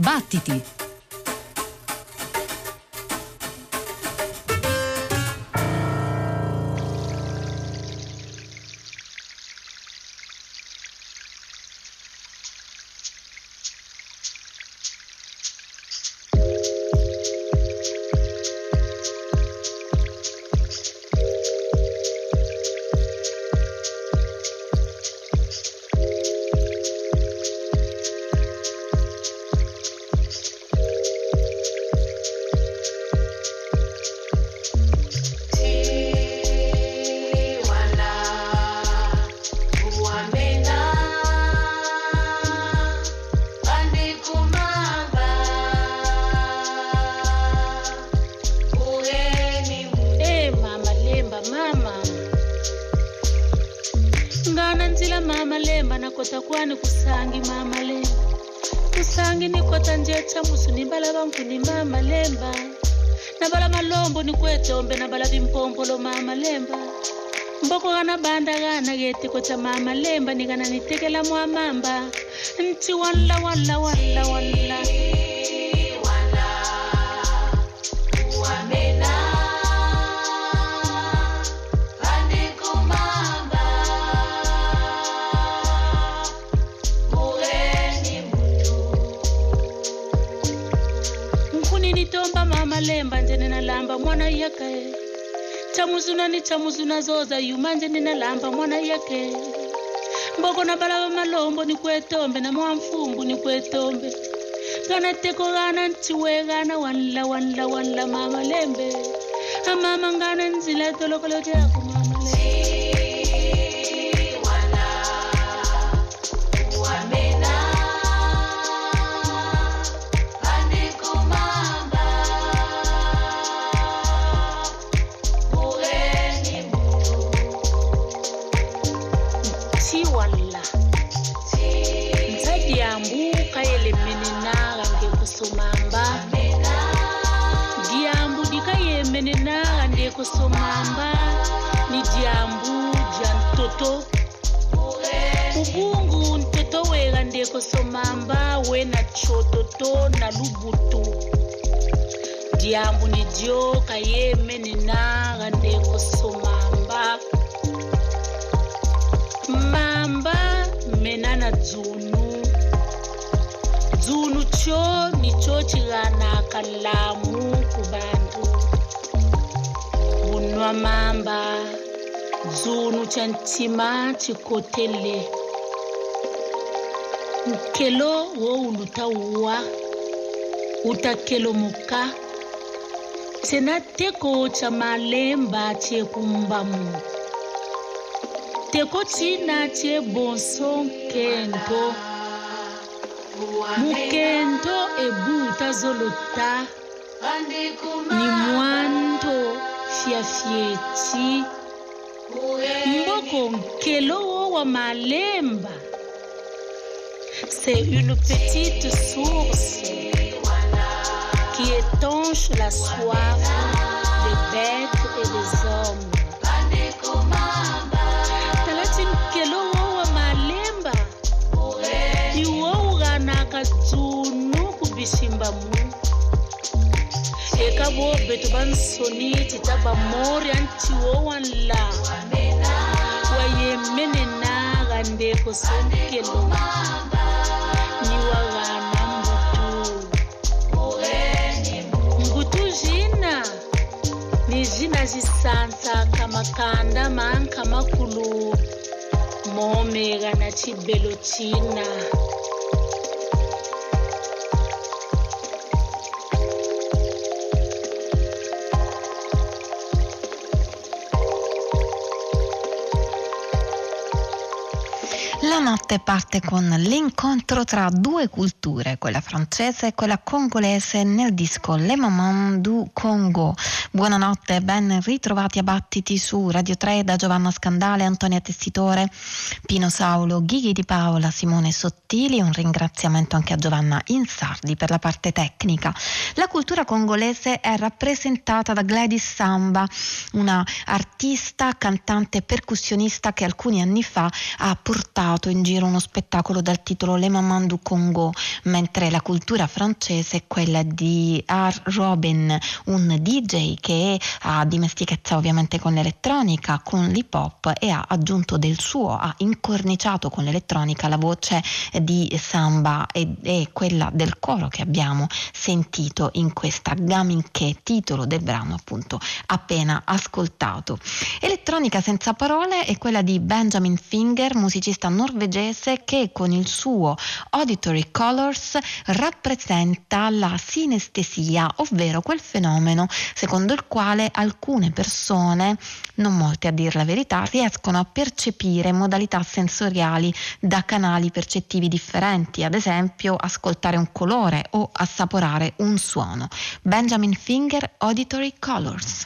Battiti! Kwani kusangi mama lemba kusangi ni kota njecha musu ni bala bangu ni mama lemba na bala malombo ni kwetombe na bala bimpompolo mama lemba mboko gana banda gana gete kocha mama lemba ni gana nitekela mwa mamba nti walla lemba nje nina lamba mwana yake chamuzuna zoza yumanje nina lamba mwana yake mboko na bala malombo ni kwetombe na mwamfumbu ni kwetombe gana teko gana ntiwe gana walla mama lembe mama ngana nzila tolokolo yako mama lembe kusomamba ni jambu jantoto ubungu ntoto wega ndiye kusomamba we na chototo na lubutu jambu ni dio kayeme ni naga ndiye kusomamba mamba menana dzunu cho ni cho chigana kalamu kubantu unwa mamba zunu chantima chikotele nkelo wo ulutawa utakelo muka tena teko cha malemba che kumbamu teko china che bonso kento mukento ebuta zolota ni mwanto fiafieti mboko nkelo wa malemba. C'est une petite source qui étanche la soif des bêtes et des hommes. Talati nkelo wa malemba iwo uganaka dzunu kubishimbamu eka bo beto bansoni titaba mori antiwo wanla wayemene na gande ko sonkelo ni wagana mbutu jina ni jina jisansa kama kanda manka makulu momega na chibelo china. La notte parte con l'incontro tra due culture, quella francese e quella congolese, nel disco Les Mamans du Congo. Buonanotte, ben ritrovati a Battiti su Radio 3 da Giovanna Scandale, Antonia Tessitore, Pino Saulo, Ghighi Di Paola, Simone Sottili. Un ringraziamento anche a Giovanna Insardi per la parte tecnica. La cultura congolese è rappresentata da Gladys Samba, una artista, cantante e percussionista che alcuni anni fa ha portato portato in giro uno spettacolo dal titolo Les Mamans du Congo, mentre la cultura francese è quella di Art Robin, un DJ che ha dimestichezza ovviamente con l'elettronica, con l'hip hop, e ha aggiunto del suo, ha incorniciato con l'elettronica la voce di samba e quella del coro che abbiamo sentito in questa Gaminché, titolo del brano appunto appena ascoltato. Elettronica senza parole è quella di Benjamin Finger, musicista norvegese che con il suo Auditory Colors rappresenta la sinestesia, ovvero quel fenomeno secondo il quale alcune persone, non molte a dir la verità, riescono a percepire modalità sensoriali da canali percettivi differenti, ad esempio ascoltare un colore o assaporare un suono. Benjamin Finger, Auditory Colors.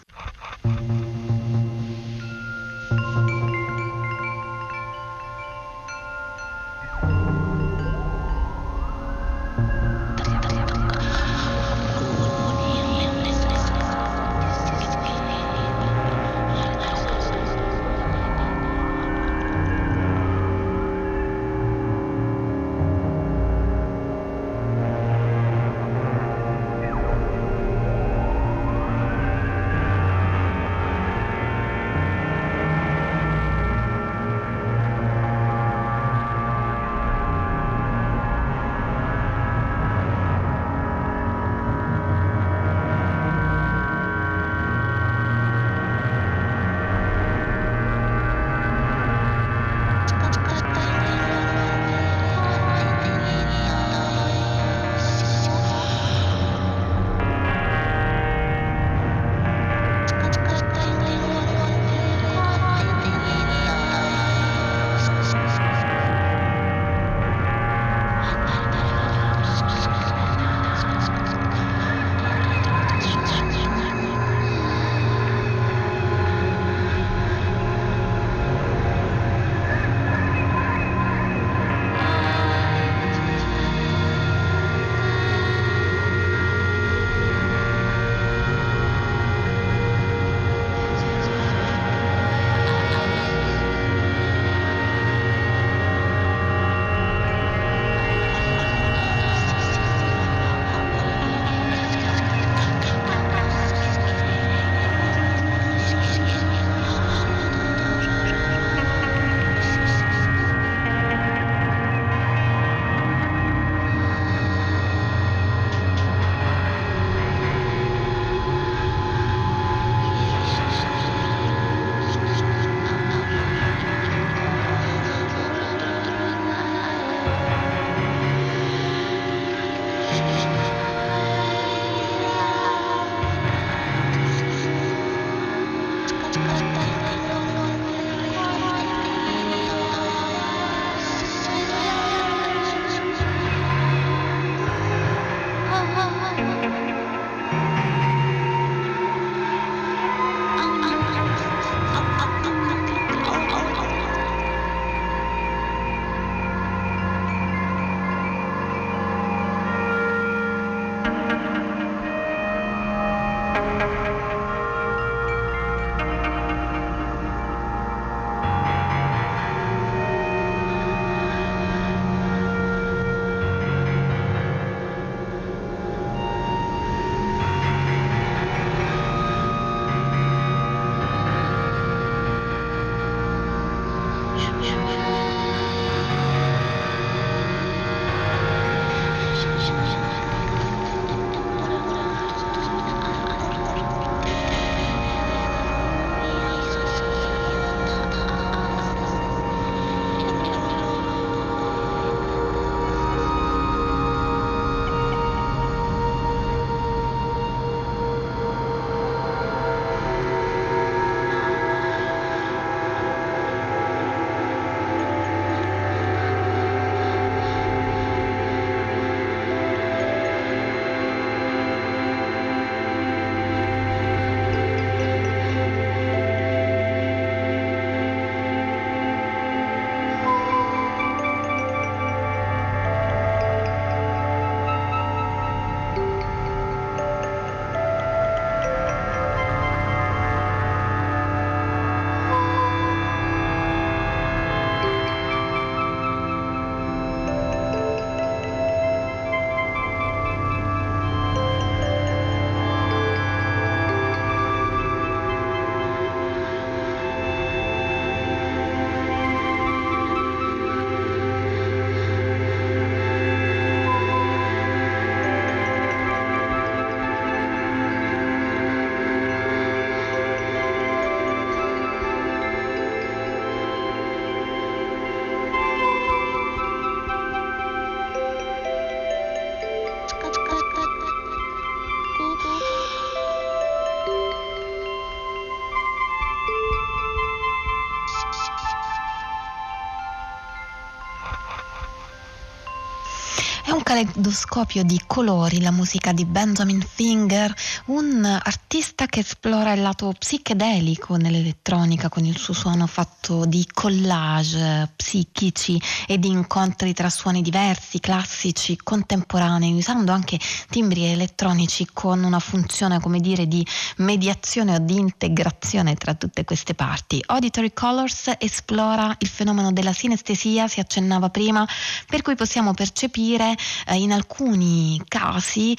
caleidoscopio di colori, la musica di Benjamin Finger, un artista che esplora il lato psichedelico nell'elettronica con il suo suono fatto di collage psichici e di incontri tra suoni diversi, classici, contemporanei, usando anche timbri elettronici con una funzione, come dire, di mediazione o di integrazione tra tutte queste parti. Auditory Colors esplora il fenomeno della sinestesia, si accennava prima, per cui possiamo percepire in alcuni casi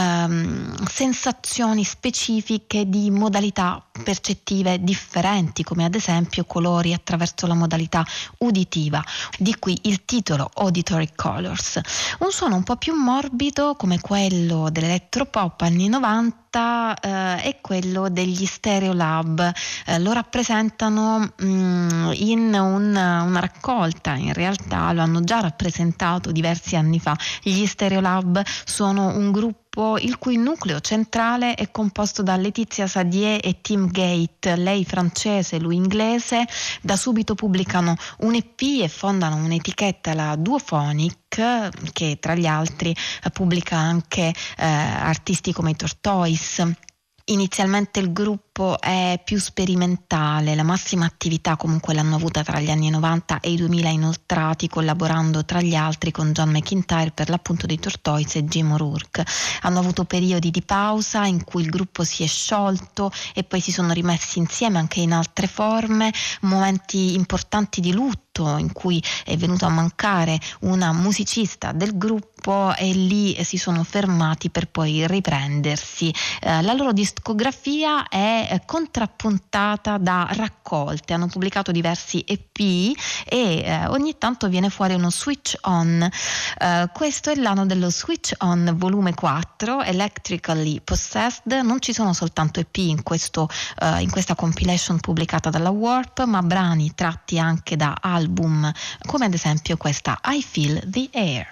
sensazioni specifiche di modalità percettive differenti, come ad esempio colori attraverso la modalità uditiva, di qui il titolo Auditory Colors. Un suono un po' più morbido come quello dell'elettropop anni 90 è quello degli Stereolab. Lo rappresentano in una raccolta, in realtà lo hanno già rappresentato diversi anni fa. Gli Stereolab sono un gruppo il cui nucleo centrale è composto da Letizia Sadier e Tim Gate, lei francese, lui inglese. Da subito pubblicano un EP e fondano un'etichetta, la Duophonic, che tra gli altri pubblica anche artisti come i Tortoise. Inizialmente il gruppo è più sperimentale, la massima attività comunque l'hanno avuta tra gli anni 90 e i 2000 inoltrati, collaborando tra gli altri con John McIntyre per l'appunto dei Tortoise e Jim O'Rourke. Hanno avuto periodi di pausa in cui il gruppo si è sciolto e poi si sono rimessi insieme anche in altre forme, momenti importanti di lutto in cui è venuto a mancare una musicista del gruppo e lì si sono fermati per poi riprendersi. La loro discografia è contrappuntata da raccolte, hanno pubblicato diversi EP e ogni tanto viene fuori uno Switch On. Questo è l'anno dello Switch On volume 4, Electrically Possessed. Non ci sono soltanto EP in questa compilation pubblicata dalla Warp, ma brani tratti anche da album, come ad esempio questa I Feel the Air.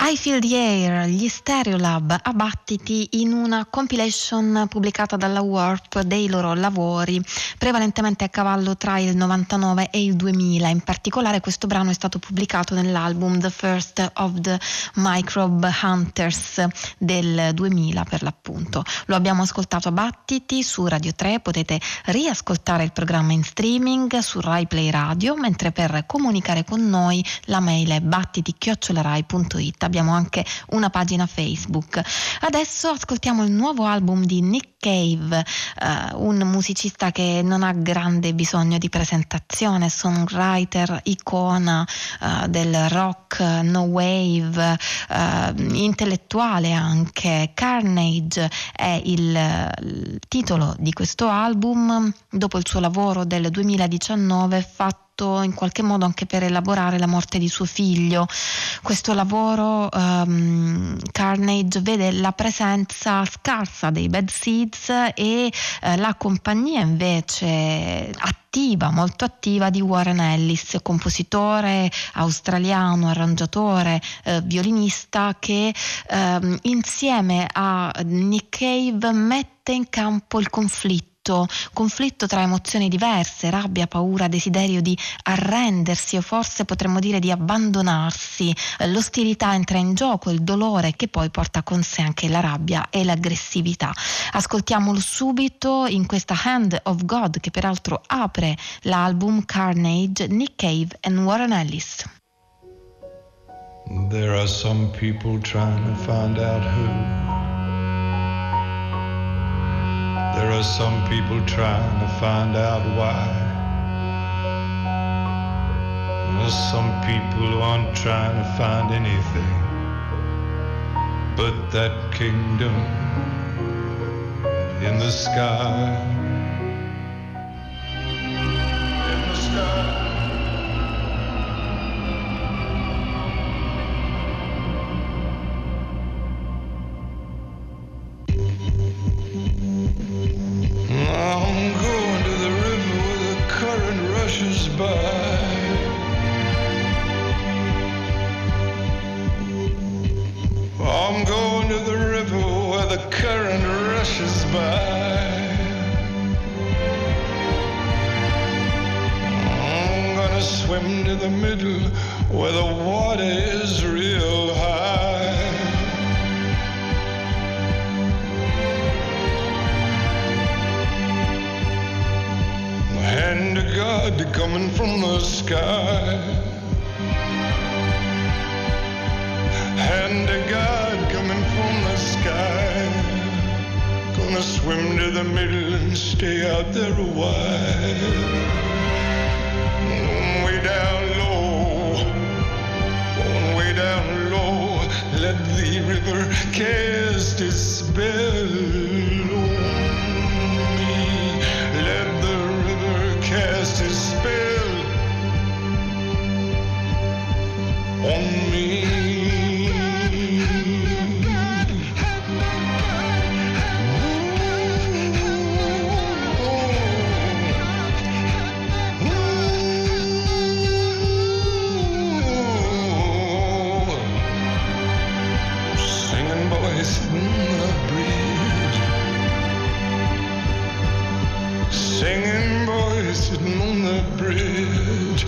I Feel the Air, gli Stereolab, a Battiti, in una compilation pubblicata dalla Warp dei loro lavori, prevalentemente a cavallo tra il 99 e il 2000. In particolare questo brano è stato pubblicato nell'album The First of the Microbe Hunters del 2000 per l'appunto. Lo abbiamo ascoltato a Battiti su Radio 3, potete riascoltare il programma in streaming su Rai Play Radio, mentre per comunicare con noi la mail è battiti@rai.it. Abbiamo anche una pagina Facebook. Adesso ascoltiamo il nuovo album di Nick Cave, un musicista che non ha grande bisogno di presentazione, songwriter, icona del rock, no wave, intellettuale anche. Carnage è il titolo di questo album, dopo il suo lavoro del 2019 fatto in qualche modo anche per elaborare la morte di suo figlio. Questo lavoro, Carnage, vede la presenza scarsa dei Bad Seeds e la compagnia invece attiva, molto attiva, di Warren Ellis, compositore australiano, arrangiatore, violinista, che insieme a Nick Cave mette in campo il conflitto tra emozioni diverse, rabbia, paura, desiderio di arrendersi o forse potremmo dire di abbandonarsi. L'ostilità entra in gioco, il dolore, che poi porta con sé anche la rabbia e l'aggressività. Ascoltiamolo subito in questa Hand of God, che peraltro apre l'album Carnage, Nick Cave and Warren Ellis. There are some people trying to find out who. There are some people trying to find out why. There's some people who aren't trying to find anything but that kingdom in the sky. In the sky. I'm going to the river where the current rushes by. I'm going to the river where the current rushes by. I'm gonna swim to the middle where the water is real high. Hand of God coming from the sky. Hand of God coming from the sky. Gonna swim to the middle and stay out there a while. Going way down low, going way down low. Let the river cast its spell on me. Let the cast his spell on me. Singing boys on the bridge, singing boys sitting on the bridge,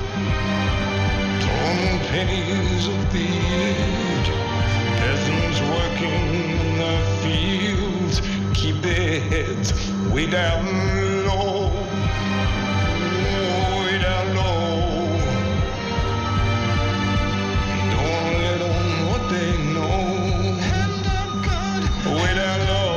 torn pennies off the edge. Peasants working in the fields keep their heads way down low, way down low. Don't let on what they know. Way down low.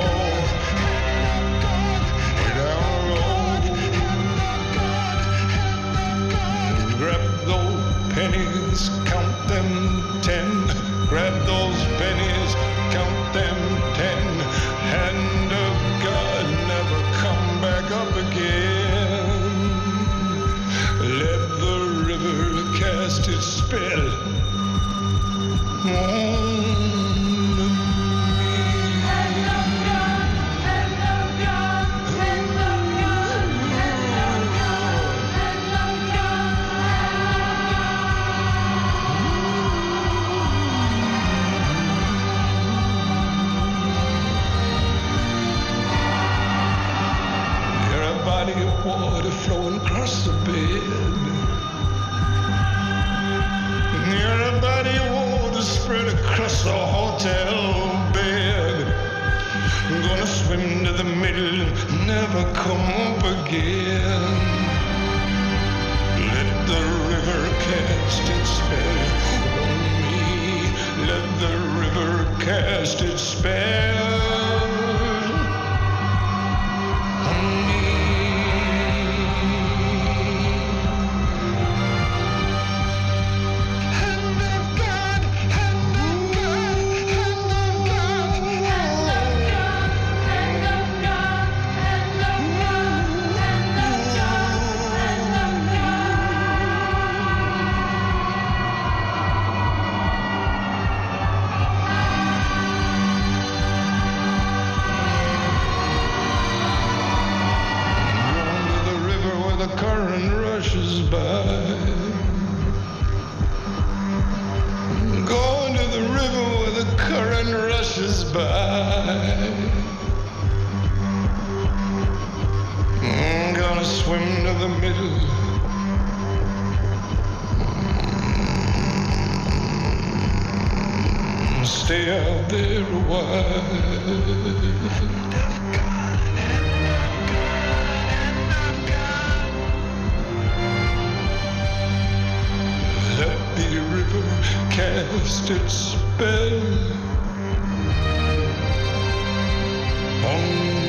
Pennies, count them 10. Grab those pennies, count them 10. Hand of God, never come back up again. across the bed. Near a body water spread across the hotel bed. I'm gonna swim to the middle and never come up again. Let the river cast its spell on me. Let the river cast its spell on me. I'm gonna swim to the middle. Stay out there a while. Let the river cast its spell on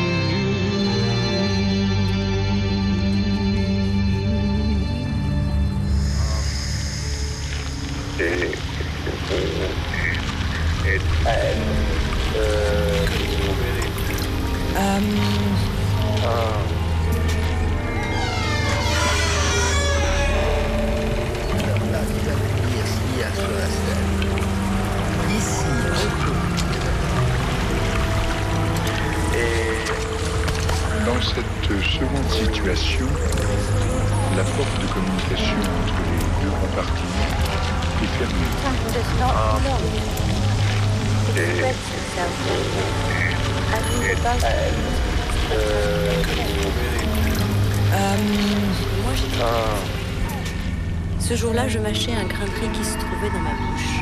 Dans cette seconde situation, la porte de communication entre les deux compartiments est fermée. Ce jour-là, je mâchais un grain de riz qui se trouvait dans ma bouche.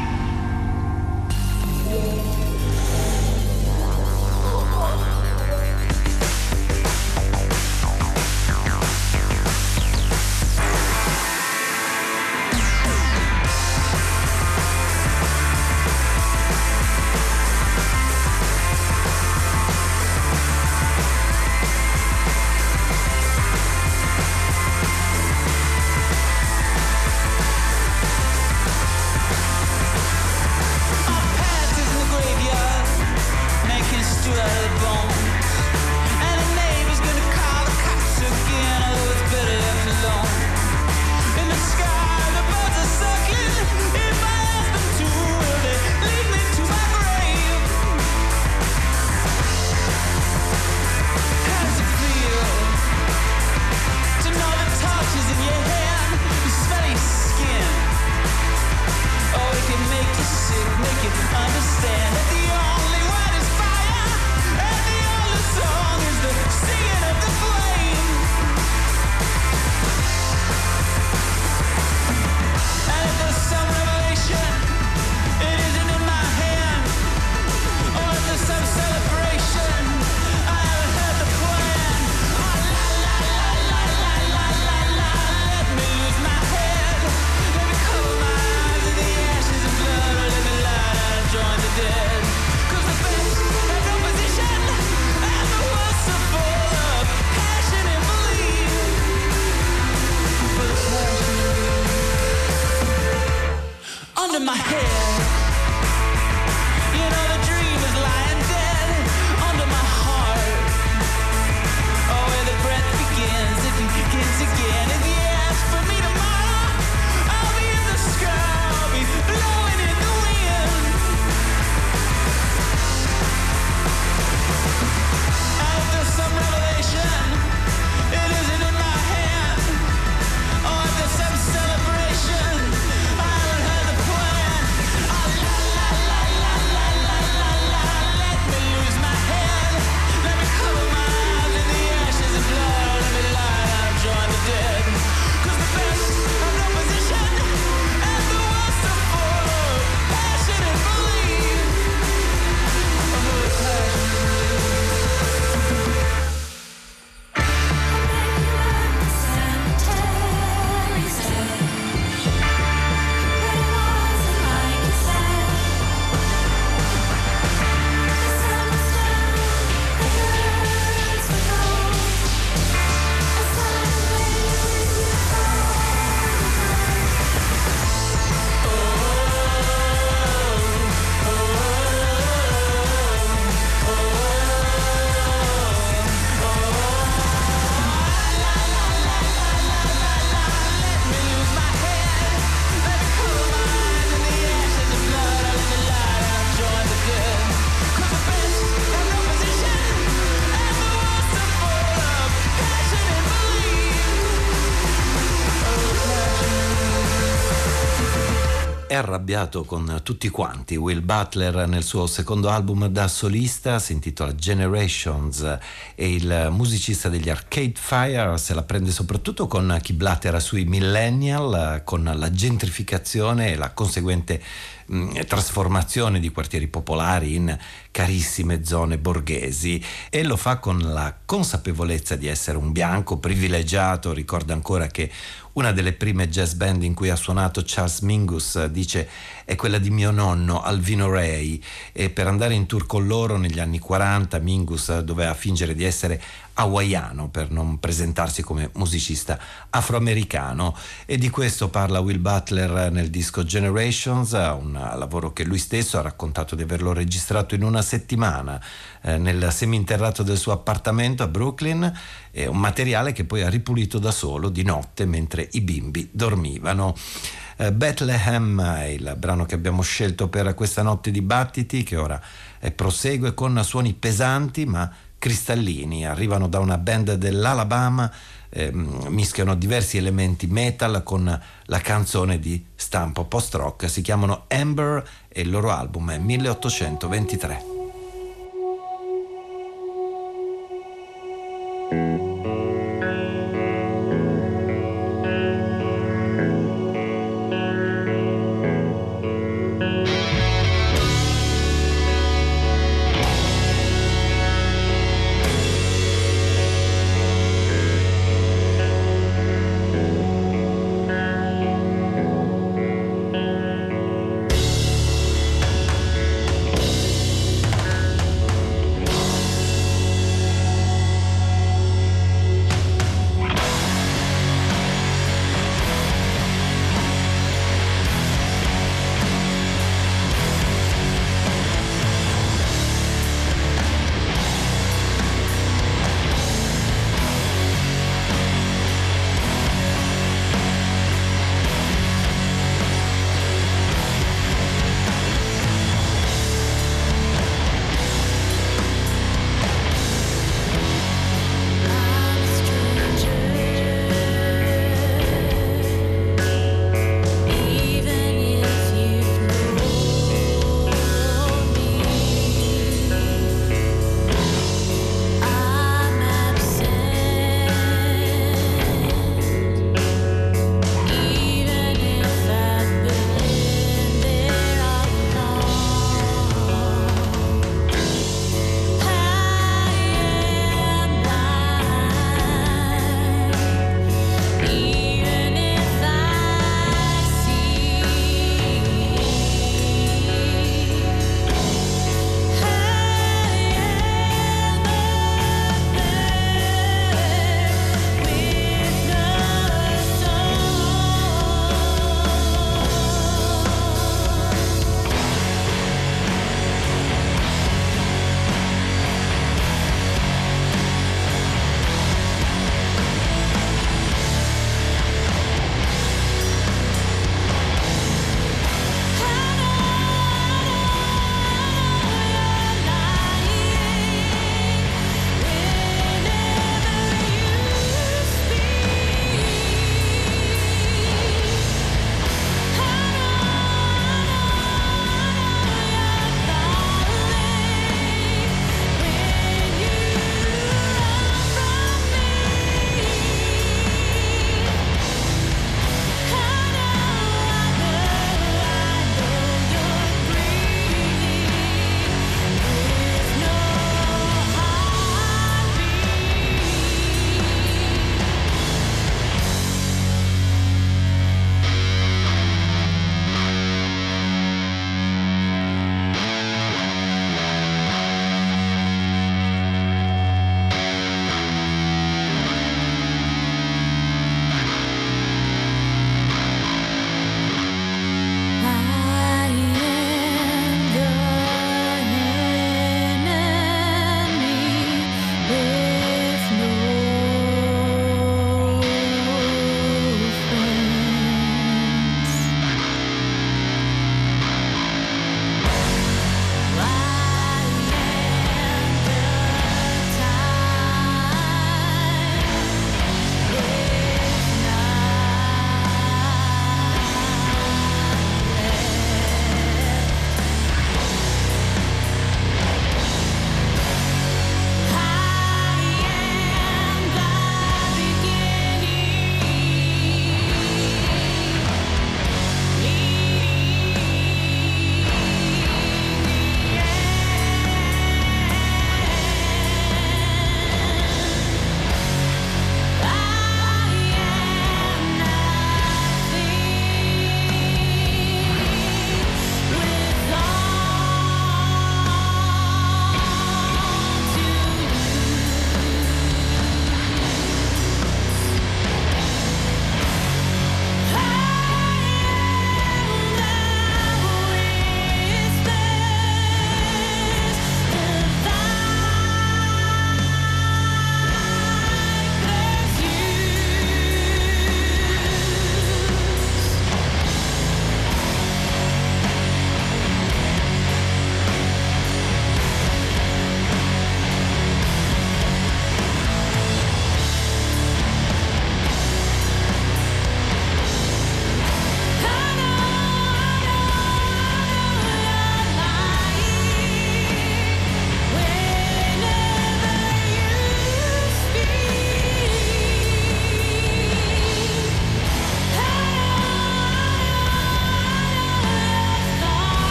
è arrabbiato con tutti quanti. Will Butler nel suo secondo album da solista si intitola Generations e il musicista degli Arcade Fire se la prende soprattutto con chi blattera sui millennial, con la gentrificazione e la conseguente trasformazione di quartieri popolari in carissime zone borghesi, e lo fa con la consapevolezza di essere un bianco privilegiato. Ricorda ancora che una delle prime jazz band in cui ha suonato Charles Mingus, dice, è quella di mio nonno Alvino Ray, e per andare in tour con loro negli anni 40 Mingus doveva fingere di essere hawaiano per non presentarsi come musicista afroamericano, e di questo parla Will Butler nel disco Generations, un lavoro che lui stesso ha raccontato di averlo registrato in una settimana nel seminterrato del suo appartamento a Brooklyn, è un materiale che poi ha ripulito da solo di notte mentre i bimbi dormivano. Bethlehem è il brano che abbiamo scelto per questa notte di battiti, che ora prosegue con suoni pesanti ma cristallini. Arrivano da una band dell'Alabama, mischiano diversi elementi metal con la canzone di stampo post-rock, si chiamano Amber e il loro album è 1823.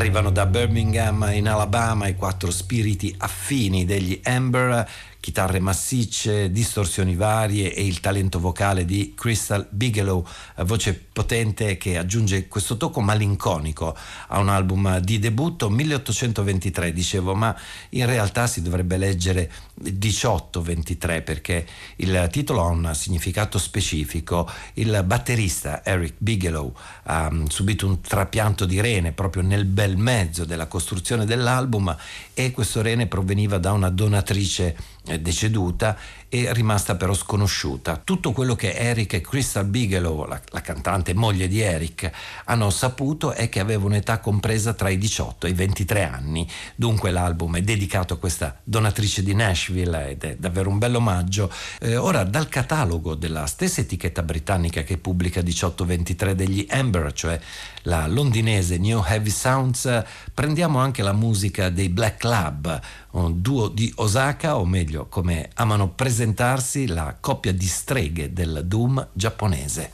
Arrivano da Birmingham in Alabama i 4 spiriti affini degli Amber, chitarre massicce, distorsioni varie e il talento vocale di Crystal Bigelow, voce potente che aggiunge questo tocco malinconico a un album di debutto 1823, dicevo, ma in realtà si dovrebbe leggere 1823 perché il titolo ha un significato specifico. Il batterista Eric Bigelow ha subito un trapianto di rene proprio nel bel mezzo della costruzione dell'album e questo rene proveniva da una donatrice deceduta e rimasta però sconosciuta. Tutto quello che Eric e Crystal Bigelow, la cantante moglie di Eric, hanno saputo è che aveva un'età compresa tra i 18 e i 23 anni. Dunque l'album è dedicato a questa donatrice di Nashville ed è davvero un bel omaggio. Ora, dal catalogo della stessa etichetta britannica che pubblica 1823 degli Amber, cioè la londinese New Heavy Sounds, prendiamo anche la musica dei Black Club, un duo di Osaka, o meglio come amano presentarsi, la coppia di streghe del doom giapponese.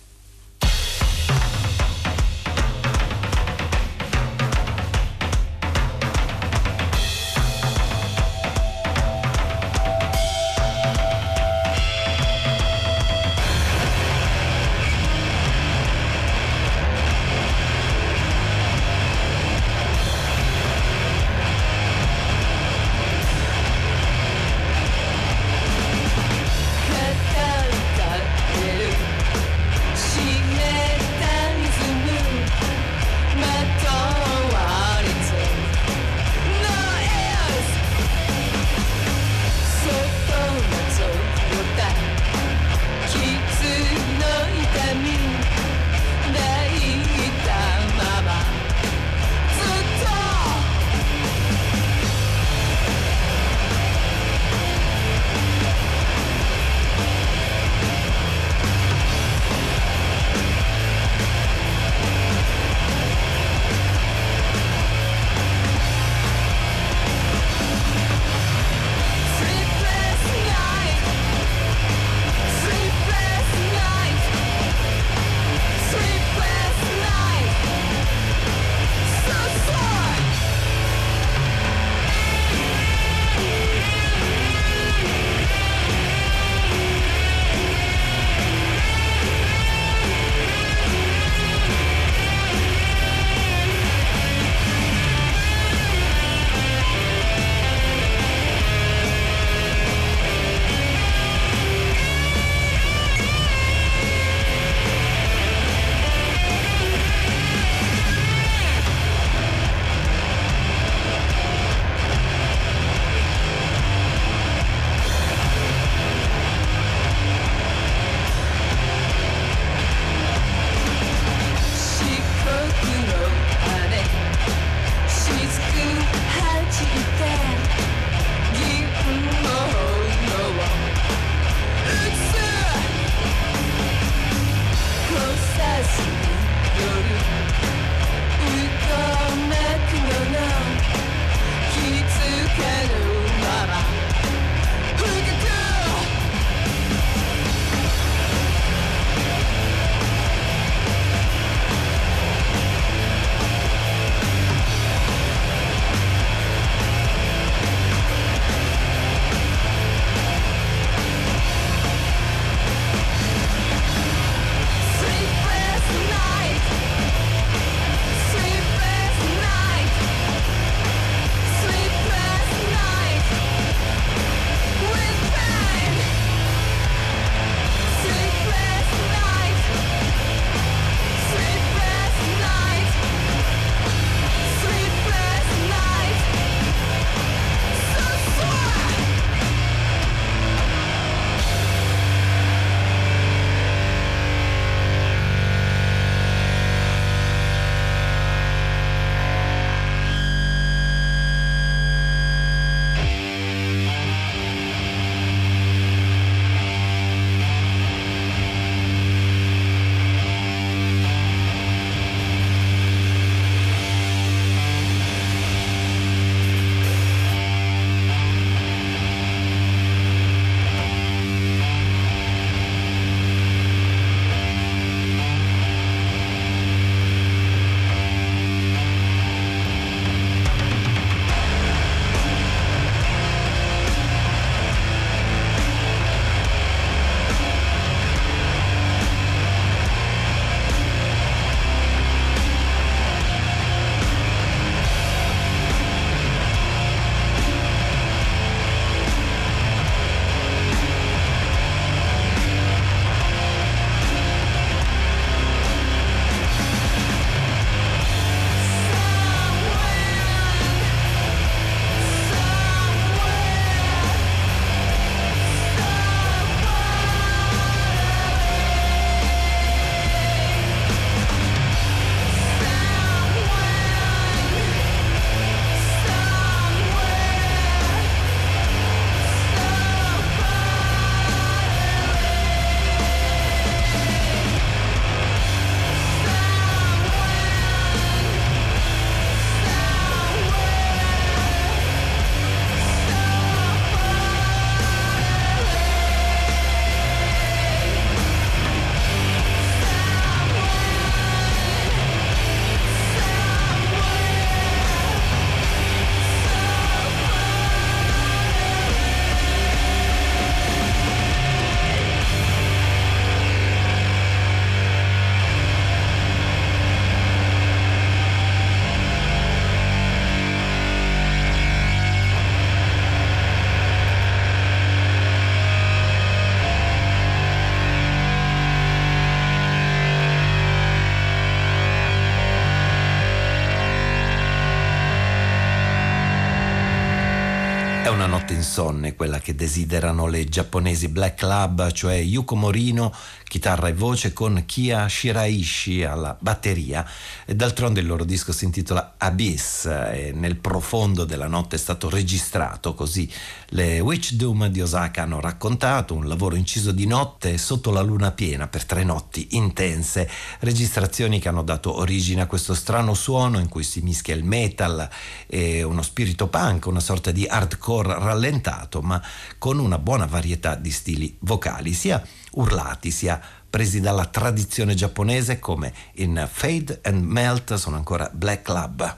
È una notte insonne quella che desiderano le giapponesi Black Club, cioè Yuko Morino, chitarra e voce, con Kia Shiraishi alla batteria, e d'altronde il loro disco si intitola Abyss e nel profondo della notte è stato registrato, così le Witch Doom di Osaka hanno raccontato, un lavoro inciso di notte sotto la luna piena per 3 notti intense, registrazioni che hanno dato origine a questo strano suono in cui si mischia il metal e uno spirito punk, una sorta di hardcore rallentato, ma con una buona varietà di stili vocali, sia urlati sia presi dalla tradizione giapponese, come in Fade and Melt sono ancora Black Club.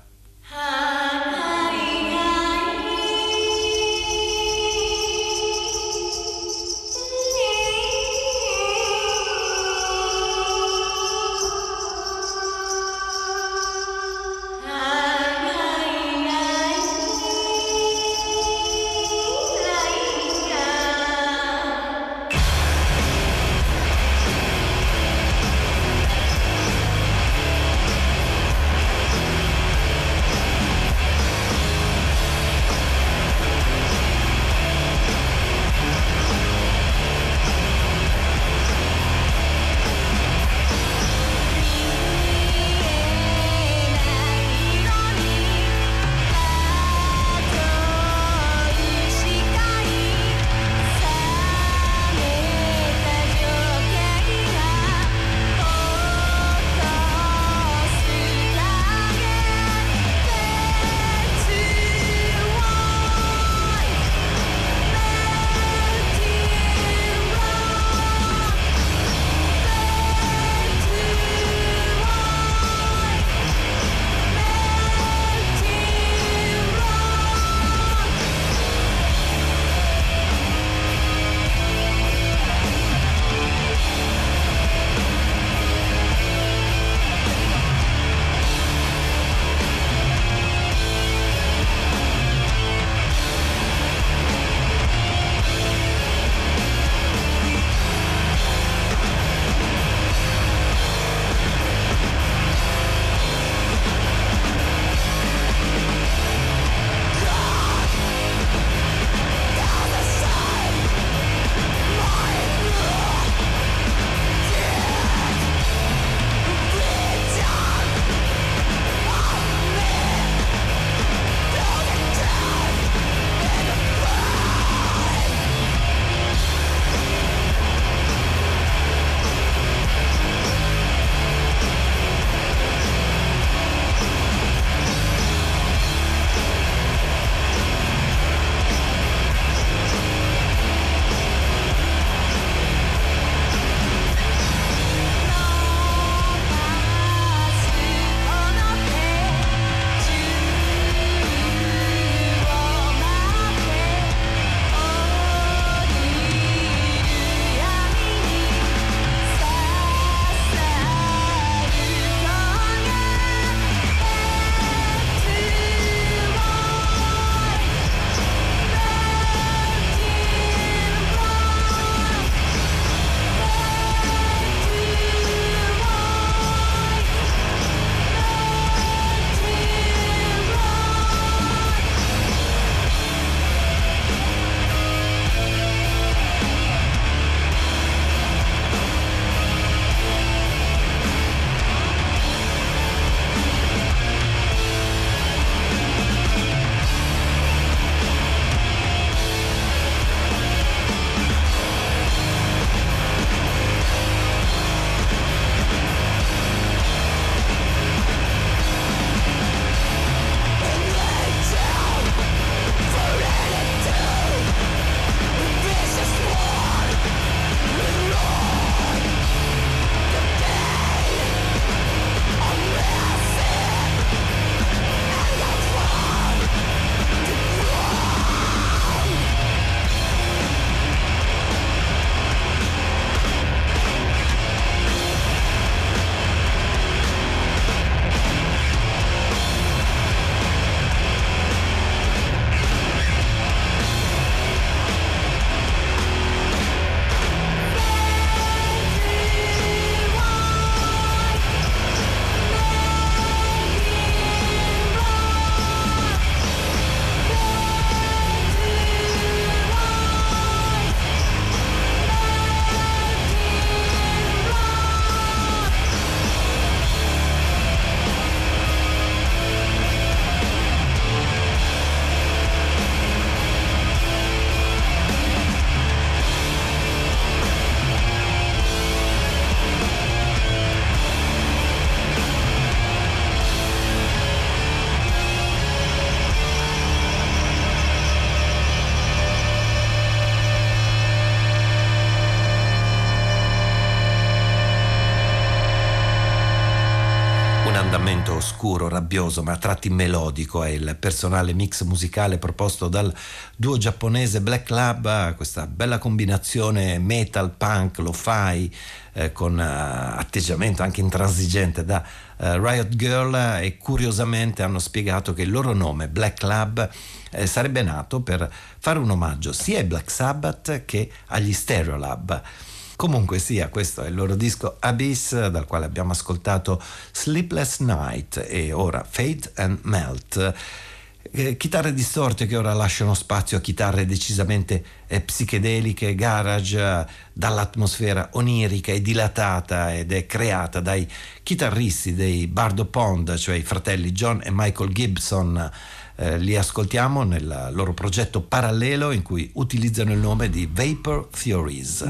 scuro, rabbioso, ma a tratti melodico. È il personale mix musicale proposto dal duo giapponese Black Lab, questa bella combinazione metal, punk, lo-fi, con atteggiamento anche intransigente da Riot Girl, e curiosamente hanno spiegato che il loro nome, Black Lab, sarebbe nato per fare un omaggio sia ai Black Sabbath che agli Stereolab. Comunque sia, questo è il loro disco Abyss, dal quale abbiamo ascoltato Sleepless Night e ora Fade and Melt. Chitarre distorte che ora lasciano spazio a chitarre decisamente psichedeliche, garage, dall'atmosfera onirica e dilatata, ed è creata dai chitarristi dei Bardo Pond, cioè i fratelli John e Michael Gibson. Li ascoltiamo nel loro progetto parallelo in cui utilizzano il nome di Vapor Theories.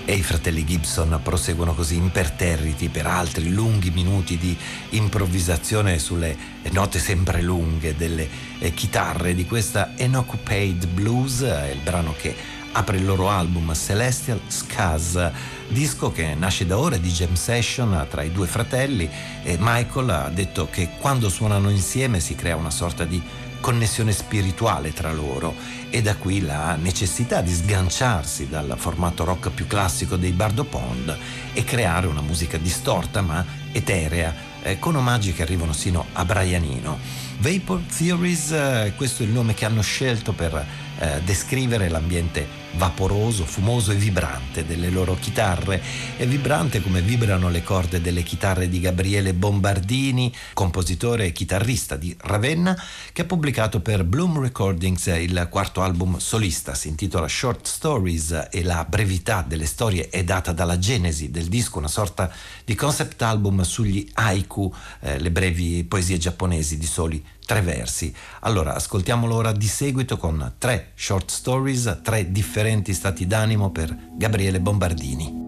E i fratelli Gibson proseguono così imperterriti per altri lunghi minuti di improvvisazione sulle note sempre lunghe delle chitarre di questa Unoccupied Blues, il brano che apre il loro album Celestial Skies, disco che nasce da ore di jam session tra i due fratelli, e Michael ha detto che quando suonano insieme si crea una sorta di connessione spirituale tra loro, e da qui la necessità di sganciarsi dal formato rock più classico dei Bardo Pond e creare una musica distorta ma eterea, con omaggi che arrivano sino a Brian Eno. Vapor Theories, questo è il nome che hanno scelto per descrivere l'ambiente vaporoso, fumoso e vibrante delle loro chitarre, e vibrante come vibrano le corde delle chitarre di Gabriele Bombardini, compositore e chitarrista di Ravenna, che ha pubblicato per Bloom Recordings il quarto album solista. Si intitola Short Stories e la brevità delle storie è data dalla genesi del disco, una sorta di concept album sugli haiku, le brevi poesie giapponesi di soli 3 versi. Allora, ascoltiamolo ora di seguito con 3 short stories, 3 differenti stati d'animo per Gabriele Bombardini.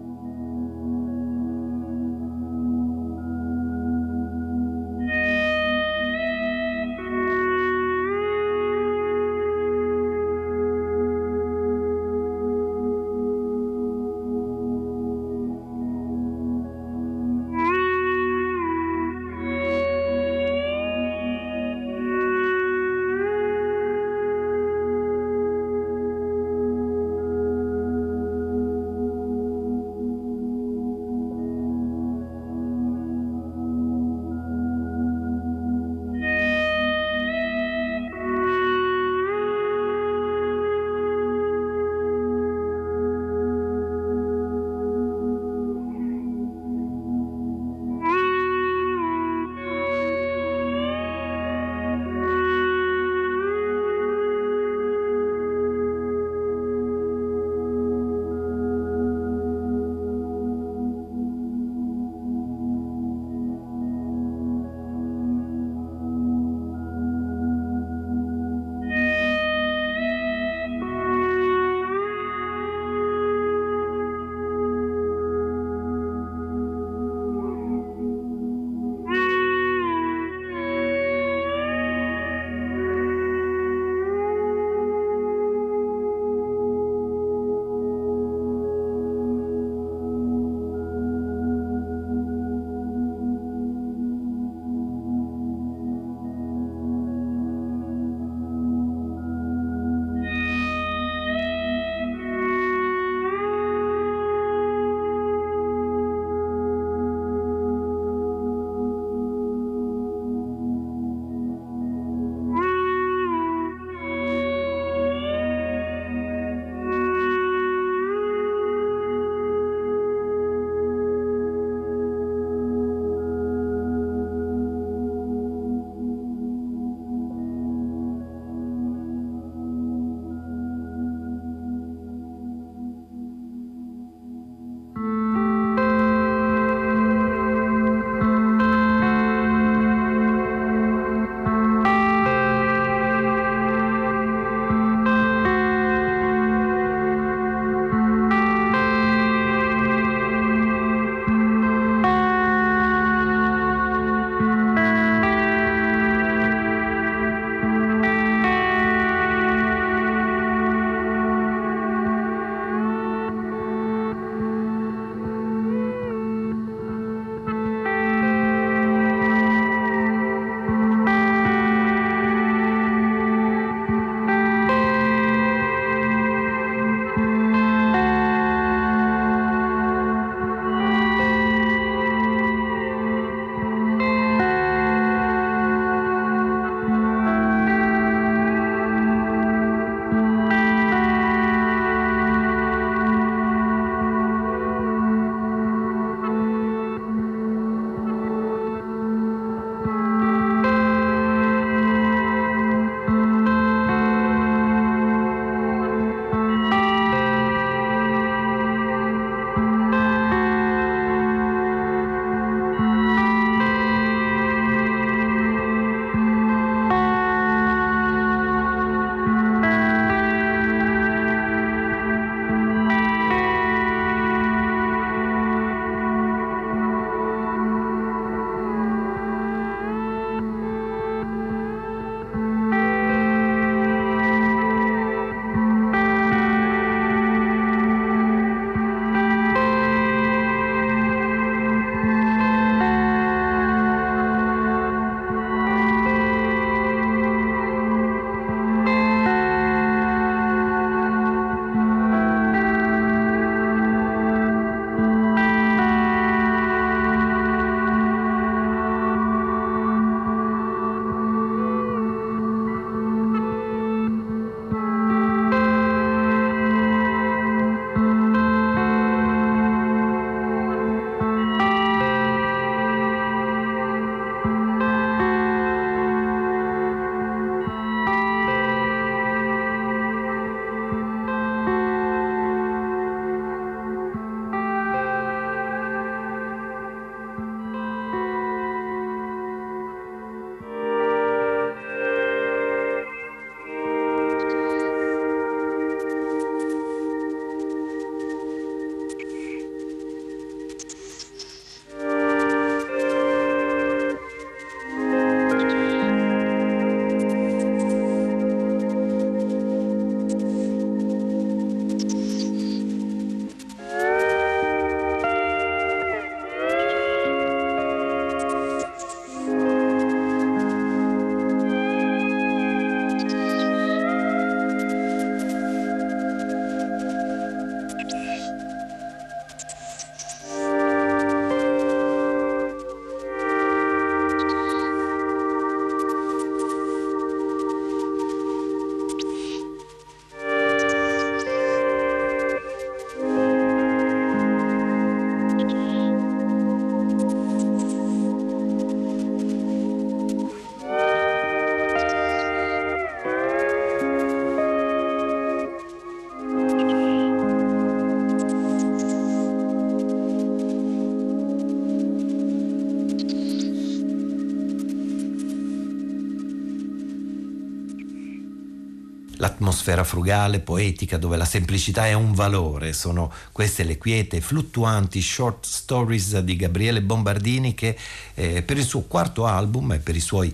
l'atmosfera frugale, poetica, dove la semplicità è un valore. Sono queste le quiete, fluttuanti short stories di Gabriele Bombardini, che per il suo quarto album e per i suoi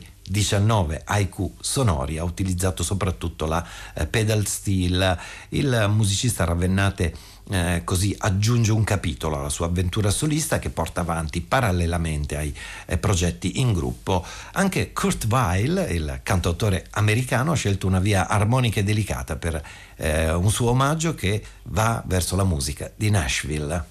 19 haiku sonori ha utilizzato soprattutto la pedal steel. Il musicista ravennate così aggiunge un capitolo alla sua avventura solista, che porta avanti parallelamente ai progetti in gruppo. Anche Kurt Weill, il cantautore americano, ha scelto una via armonica e delicata per un suo omaggio che va verso la musica di Nashville.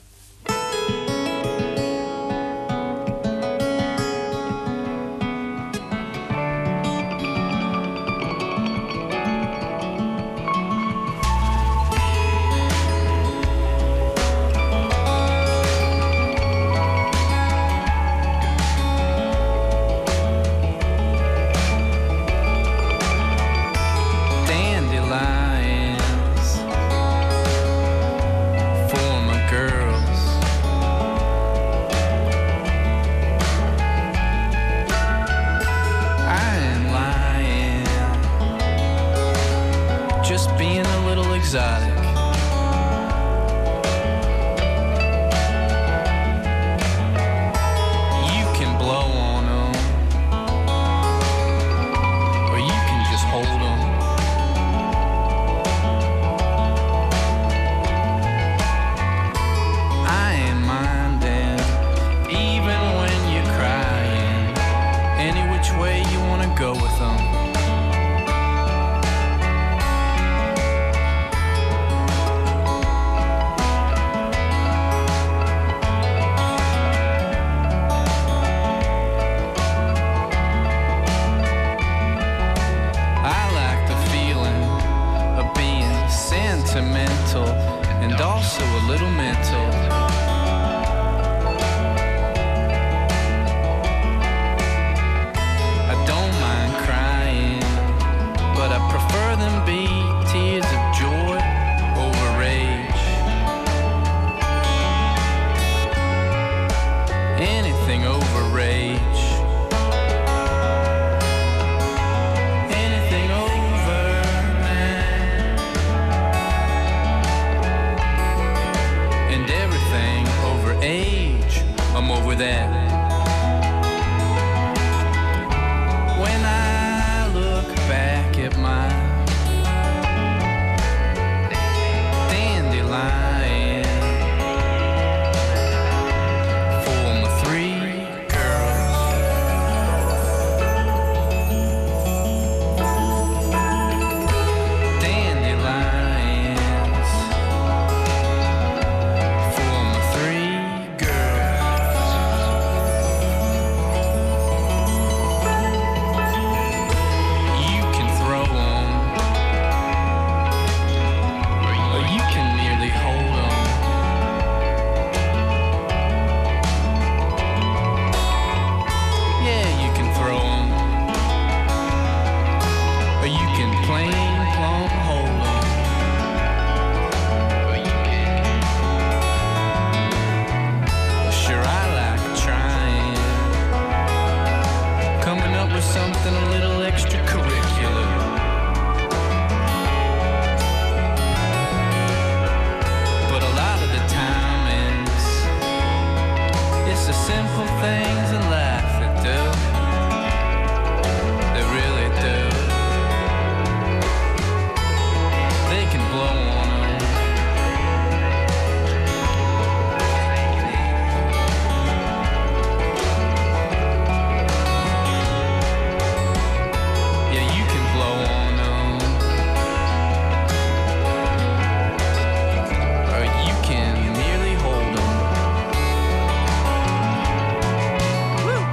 Woo!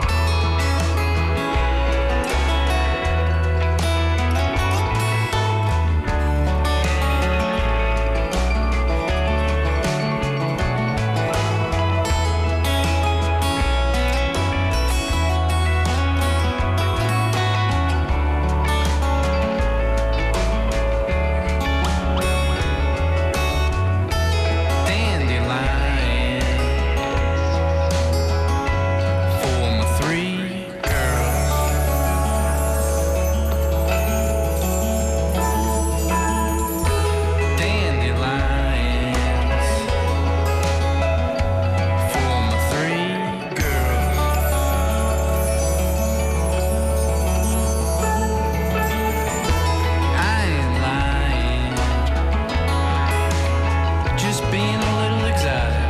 just being a little exotic.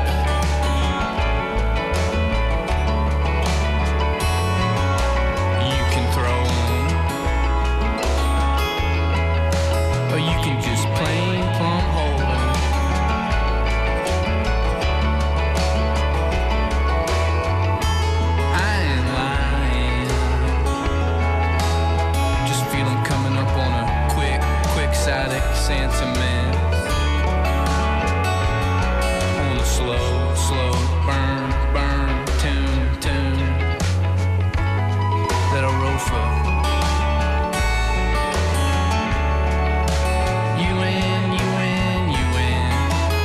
You can throw 'em, or you can just plain plumb hold 'em. I ain't lying, just feel 'em coming up on a quixotic sentiment. On a slow, slow burn, burn, tune, tune that I wrote for you and you and you and.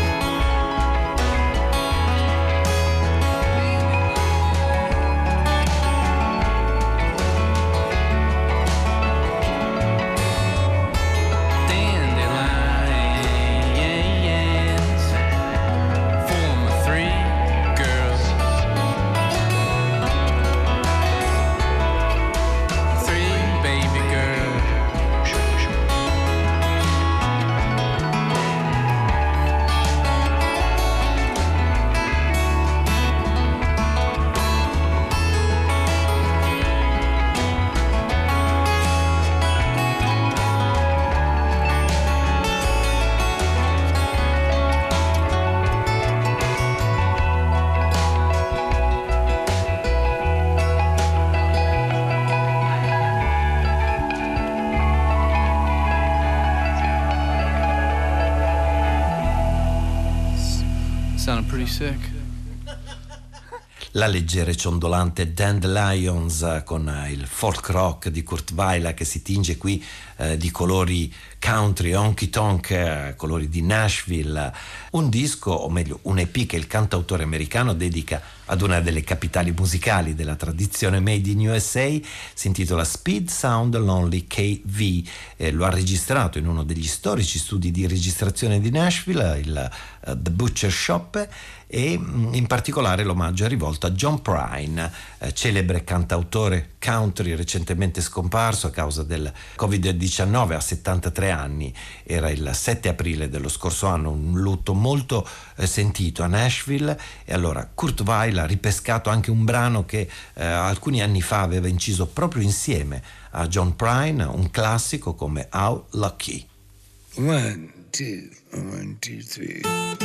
Dandelions for my 3 girls. 3 baby girls. Sounded pretty sick. La leggera e ciondolante Dandelions con il folk rock di Kurt Weill che si tinge qui di colori country, honky tonk, colori di Nashville. Un disco, o meglio un EP che il cantautore americano dedica ad una delle capitali musicali della tradizione made in USA, si intitola Speed Sound Lonely KV, lo ha registrato in uno degli storici studi di registrazione di Nashville, il The Butcher Shop, e in particolare l'omaggio è rivolto a John Prine, celebre cantautore country recentemente scomparso a causa del Covid-19 a 73 anni. Era il 7 aprile dello scorso anno, un lutto molto sentito a Nashville, e allora Kurt Weill ha ripescato anche un brano che alcuni anni fa aveva inciso proprio insieme a John Prine, un classico come How Lucky. 1, 2, 1, 2, 3.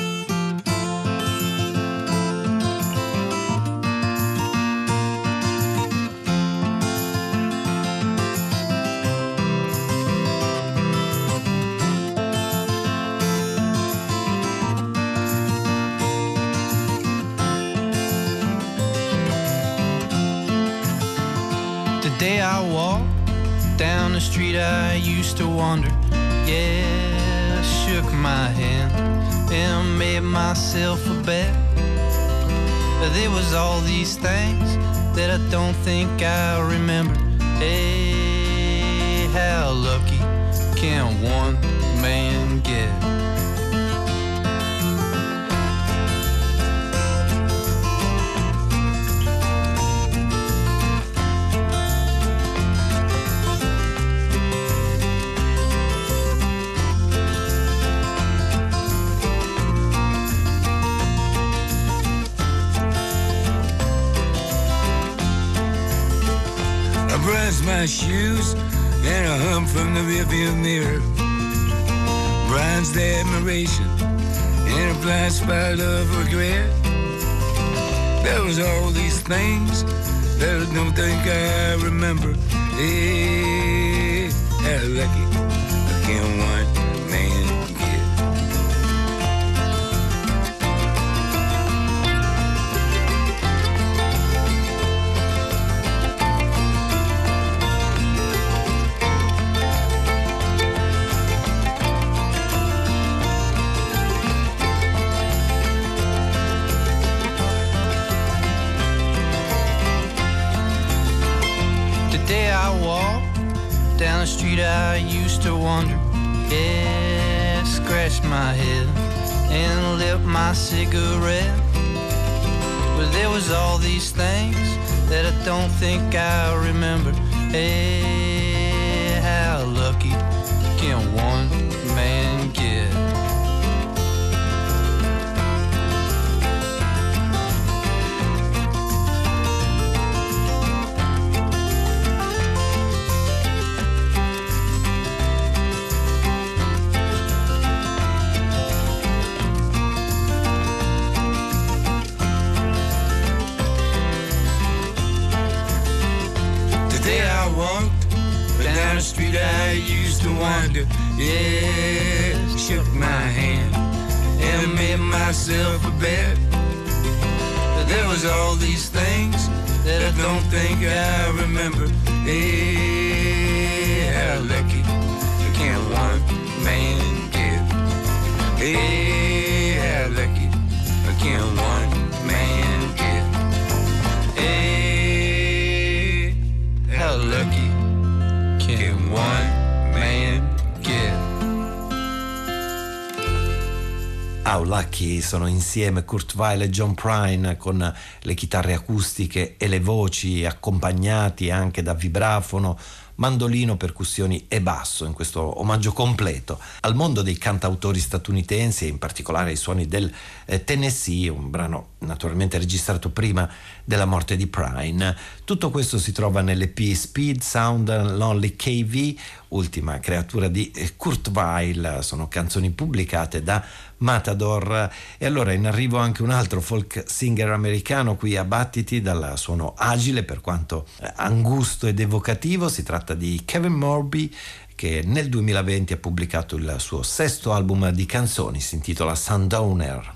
Day I walked down the street I used to wander. Yeah, I shook my hand and made myself a bet. There was all these things that I don't think I remember. Hey, how lucky can one man get? Brush my shoes and a hum from the rearview mirror. Bronzed admiration and a blind spot of regret. There was all these things that I don't think I remember. Hey, how lucky can one man get? Down the street I used to wander. Yeah, scratched my head and lit my cigarette. But there was all these things that I don't think I remember. Hey, how lucky can one man get? down the street I used to wander. Yeah, shook my hand and made myself a bet. But there was all these things that I don't think I remember. Hey, how lucky can one man get? Hey, how lucky can one man get? Hey, how lucky can one man get? How Lucky sono insieme Kurt Weill e John Prine con le chitarre acustiche e le voci, accompagnati anche da vibrafono, mandolino, percussioni e basso, in questo omaggio completo al mondo dei cantautori statunitensi e in particolare ai suoni del Tennessee, un brano naturalmente registrato prima della morte di Prine. Tutto questo si trova nell'EP Speed Sound Lonely KV, ultima creatura di Kurt Weill. Sono canzoni pubblicate da Matador. E allora in arrivo anche un altro folk singer americano qui a battiti, dal suono agile per quanto angusto ed evocativo. Si tratta di Kevin Morby, che nel 2020 ha pubblicato il suo sesto album di canzoni, si intitola Sundowner.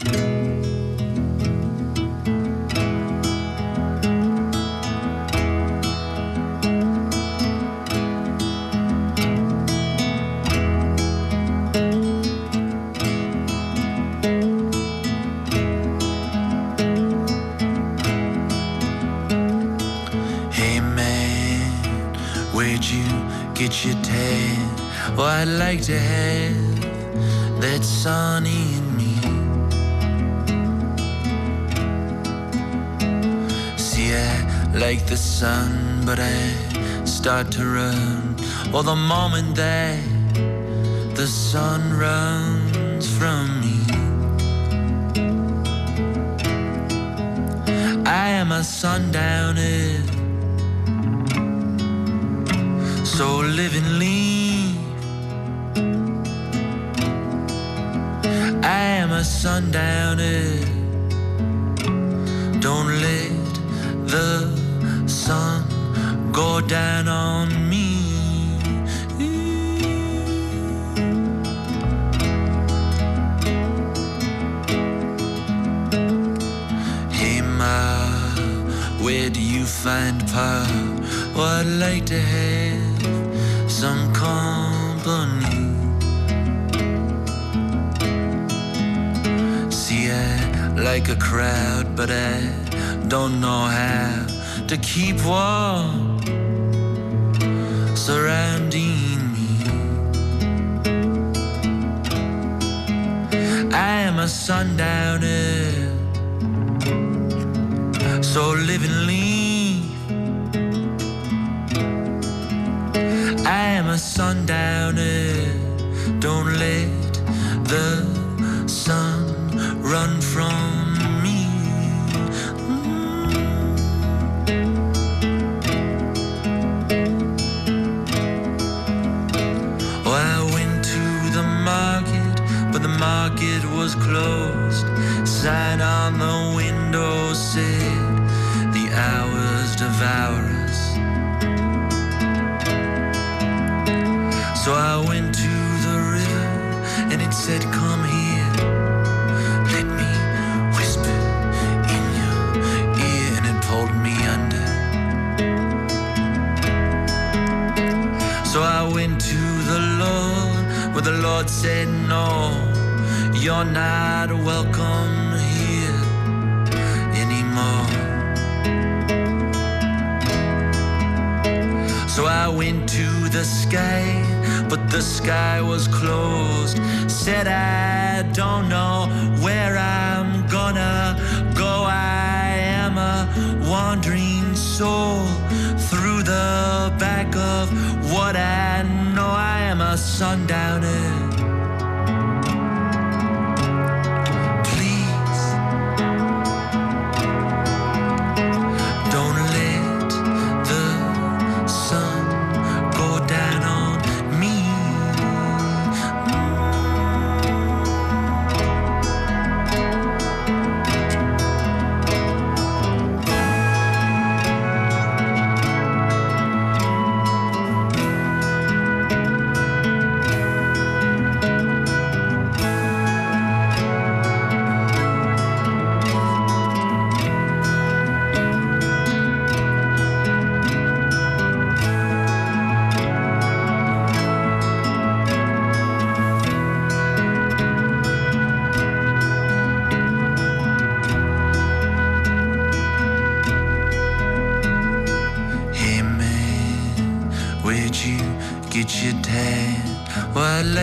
Get your tan. Oh, I'd like to have that sun in me. See, I like the sun, but I start to run. Oh, the moment that the sun runs from me. I am a sundowner, so live and leave. I am a sundowner, don't let the sun go down on me. Hey Ma, where do you find power? Oh, I'd like to have some company. See, I like a crowd, but I don't know how to keep warm surrounding me. I am a sundowner, so live and leave. I am a sundowner, don't let the sun run from me. Oh, I went to the market, but the market was closed. Sign on the window said, the hours devour us. So I went to the river and it said, come here, let me whisper in your ear, and it pulled me under. So I went to the Lord, but the Lord said, no, you're not welcome here anymore. So I went to the sky, but the sky was closed. Said I don't know where I'm gonna go. I am a wandering soul through the back of what I know. I am a sundowner.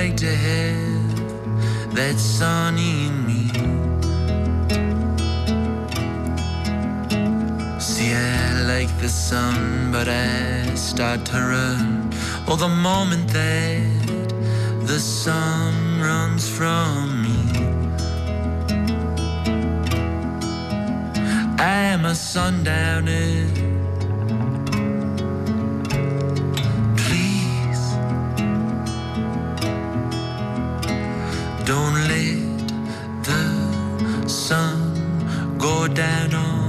like to have that sun in me. See, I like the sun, but I start to run. Oh, the moment that the sun runs from me. I am a sundowner. Please don't let the sun go down on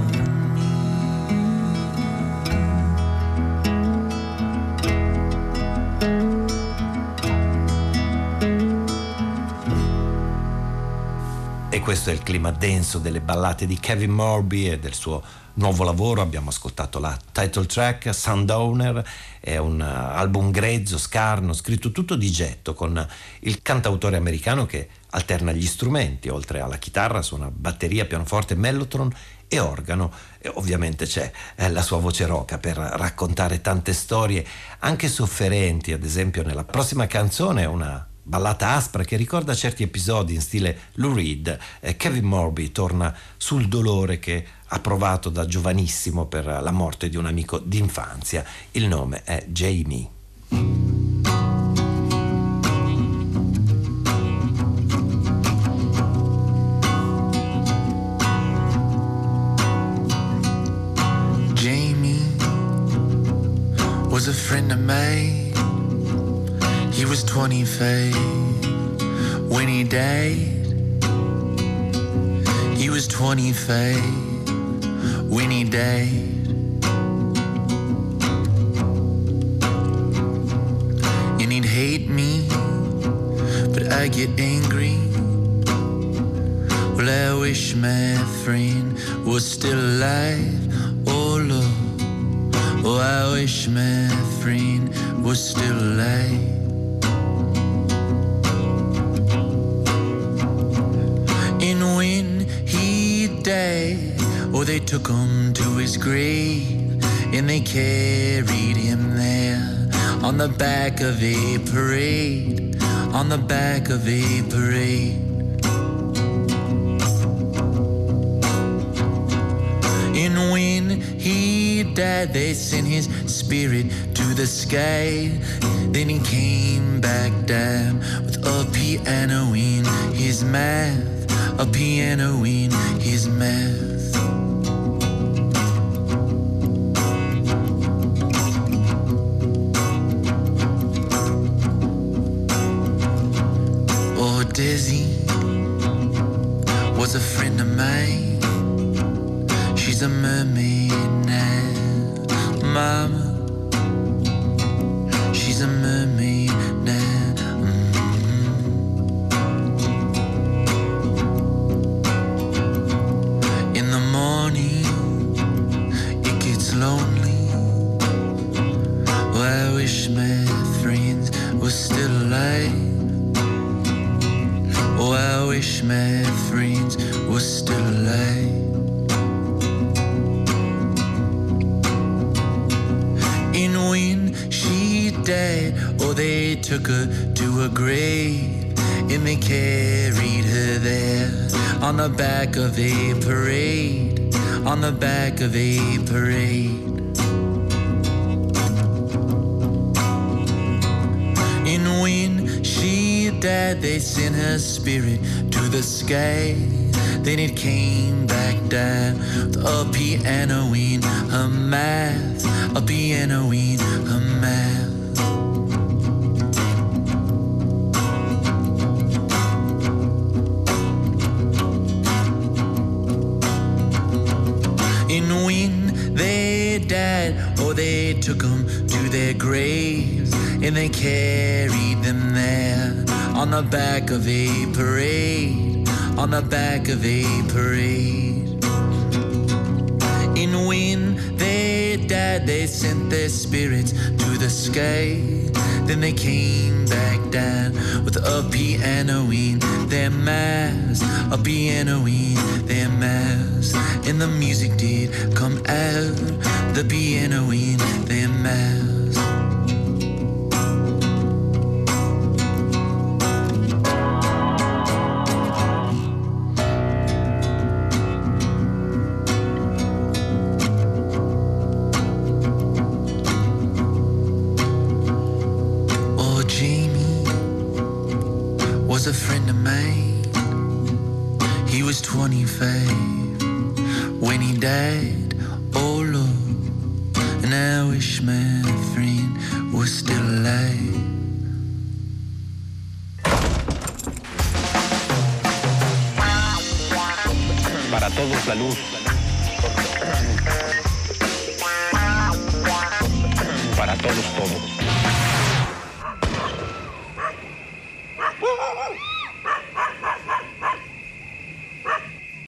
Questo è il clima denso delle ballate di Kevin Morby e del suo nuovo lavoro. Abbiamo ascoltato la title track Sundowner, è un album grezzo, scarno, scritto tutto di getto, con il cantautore americano che alterna gli strumenti. Oltre alla chitarra suona batteria, pianoforte, mellotron e organo, e ovviamente c'è la sua voce roca per raccontare tante storie anche sofferenti. Ad esempio nella prossima canzone una ballata aspra che ricorda certi episodi in stile Lou Reed. Kevin Morby torna sul dolore che ha provato da giovanissimo per la morte di un amico d'infanzia. Il nome è Jamie. Jamie was a friend of mine. He was 25 when he died. He was 25 when he died. And he'd hate me, but I get angry. Well, I wish my friend was still alive. Oh, Lord, oh, I wish my friend was still alive. And when he died, oh, they took him to his grave, and they carried him there on the back of a parade, on the back of a parade. And when he died, they sent his spirit to the sky. Then he came back down with a piano in his mouth, a piano in his mouth. Oh, Desi was a friend of mine. She's a mermaid now, Mama. She's a mermaid now. In the morning, it gets lonely. Oh, I wish my friends were still alive. Oh, I wish my friends were still alive. And when she died, oh, they took her to a grave, and they carried her there on the back of a parade, on the back of a parade. And when she died, they sent her spirit to the sky. Then it came back down with a piano in her mouth, a piano in her mouth. And when they died, oh, they took them to their graves, and they carried them there on the back of a parade, on the back of a parade. And when they died, they sent their spirits to the sky. Then they came back down with a piano in their mouths, a piano in their mouths. And the music did come out, the piano in their mouths. was 25 when he died, oh Lord, and I wish my friend was still alive. Para todos la luz. Para todos todo.